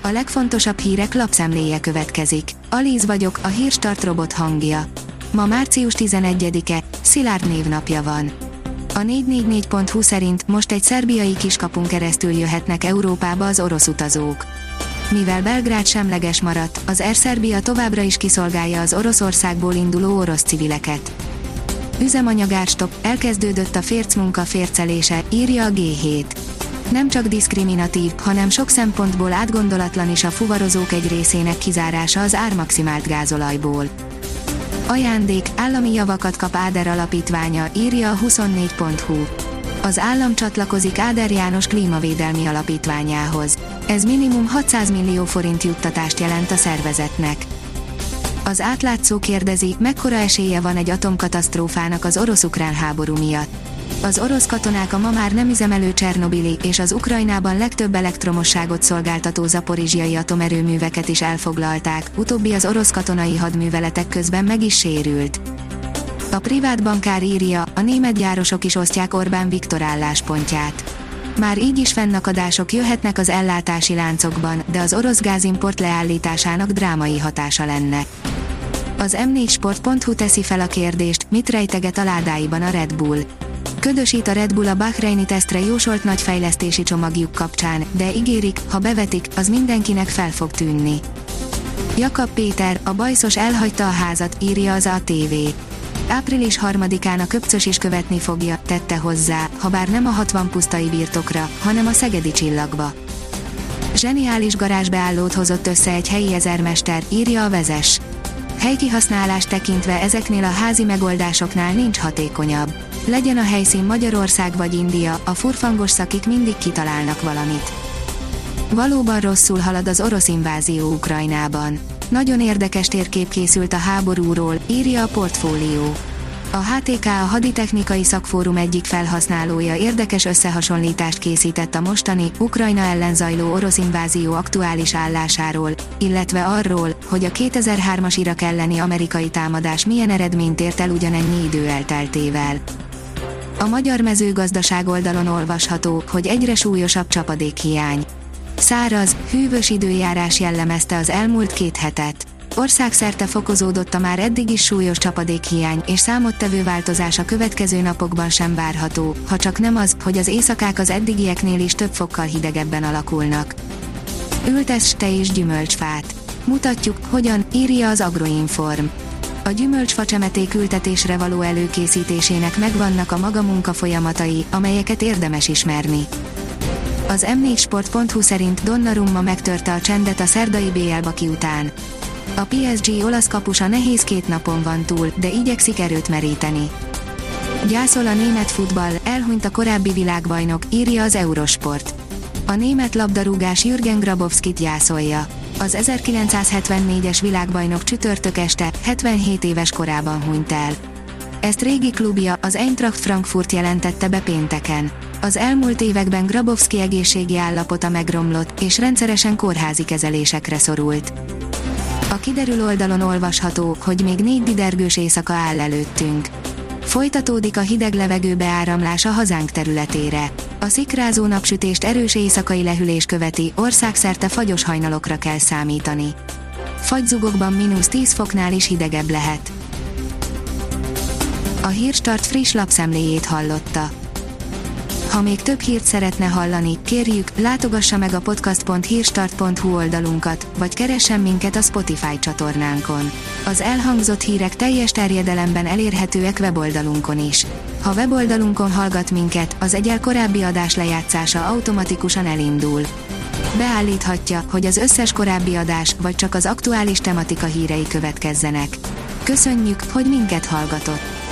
A legfontosabb hírek lapszemléje következik. Alíz vagyok, a Hírstart robot hangja. Ma március 11-e, Szilárd névnapja van. A 444.hu szerint most egy szerbiai kiskapun keresztül jöhetnek Európába az orosz utazók. Mivel Belgrád semleges maradt, az Air Serbia továbbra is kiszolgálja az Oroszországból induló orosz civileket. Üzemanyagárstop, elkezdődött a fércmunka fércelése, írja a G7. Nem csak diszkriminatív, hanem sok szempontból átgondolatlan is a fuvarozók egy részének kizárása az ármaximált gázolajból. Ajándék, állami javakat kap Áder alapítványa, írja a 24.hu. Az állam csatlakozik Áder János klímavédelmi alapítványához. Ez minimum 600 millió forint juttatást jelent a szervezetnek. Az átlátszó kérdezi, mekkora esélye van egy atomkatasztrófának az orosz-ukrán háború miatt. Az orosz katonák a ma már nem üzemelő Csernobili és az Ukrajnában legtöbb elektromosságot szolgáltató zaporizsiai atomerőműveket is elfoglalták, utóbbi az orosz katonai hadműveletek közben meg is sérült. A privát bankár írja, a német gyárosok is osztják Orbán Viktor álláspontját. Már így is fennakadások jöhetnek az ellátási láncokban, de az orosz gázimport leállításának drámai hatása lenne. Az m4sport.hu teszi fel a kérdést, mit rejteget a ládáiban a Red Bull. Ködösít a Red Bull a bahreini tesztre jósolt nagy fejlesztési csomagjuk kapcsán, de ígérik, ha bevetik, az mindenkinek fel fog tűnni. Jakab Péter, a bajszos elhagyta a házat, írja az ATV. Április 3-án a Köpcös is követni fogja, tette hozzá, habár nem a 60 pusztai birtokra, hanem a szegedi Csillagba. Zseniális garázsbeállót hozott össze egy helyi ezermester, írja a Vezes. Helykihasználást tekintve ezeknél a házi megoldásoknál nincs hatékonyabb. Legyen a helyszín Magyarország vagy India, a furfangos szakik mindig kitalálnak valamit. Valóban rosszul halad az orosz invázió Ukrajnában. Nagyon érdekes térkép készült a háborúról, írja a Portfólió. A HTK, a Haditechnikai Szakfórum egyik felhasználója érdekes összehasonlítást készített a mostani, Ukrajna ellen zajló orosz invázió aktuális állásáról, illetve arról, hogy a 2003-as Irak elleni amerikai támadás milyen eredményt ért el ugyanennyi idő elteltével. A magyar mezőgazdaság oldalon olvasható, hogy egyre súlyosabb csapadékhiány. Száraz, hűvös időjárás jellemezte az elmúlt 2 hetet. Országszerte fokozódott a már eddig is súlyos csapadékhiány, és számottevő változás a következő napokban sem várható, ha csak nem az, hogy az éjszakák az eddigieknél is több fokkal hidegebben alakulnak. Ültess te is gyümölcsfát. Mutatjuk, hogyan, írja az Agroinform. A gyümölcsfacsemeték ültetésre való előkészítésének megvannak a maga munkafolyamatai, amelyeket érdemes ismerni. Az m4sport.hu szerint Donnarumma megtörte a csendet a szerdai BL-baki után. A PSG olasz kapusa nehéz 2 napon van túl, de igyekszik erőt meríteni. Gyászol a német futball, elhunyt a korábbi világbajnok, írja az Eurosport. A német labdarúgás Jürgen Grabowskit gyászolja. Az 1974-es világbajnok csütörtök este, 77 éves korában hunyt el. Ezt régi klubja, az Eintracht Frankfurt jelentette be pénteken. Az elmúlt években Grabowski egészségi állapota megromlott, és rendszeresen kórházi kezelésekre szorult. A kiderül oldalon olvasható, hogy még 4 bidergős éjszaka áll előttünk. Folytatódik a hideg levegő beáramlása hazánk területére. A szikrázó napsütést erős éjszakai lehűlés követi, országszerte fagyos hajnalokra kell számítani. Fagyzugokban -10 foknál is hidegebb lehet. A Hírstart friss lapszemléjét hallotta. Ha még több hírt szeretne hallani, kérjük, látogassa meg a podcast.hírstart.hu oldalunkat, vagy keressen minket a Spotify csatornánkon. Az elhangzott hírek teljes terjedelemben elérhetőek weboldalunkon is. Ha weboldalunkon hallgat minket, az egyel korábbi adás lejátszása automatikusan elindul. Beállíthatja, hogy az összes korábbi adás, vagy csak az aktuális tematika hírei következzenek. Köszönjük, hogy minket hallgatott!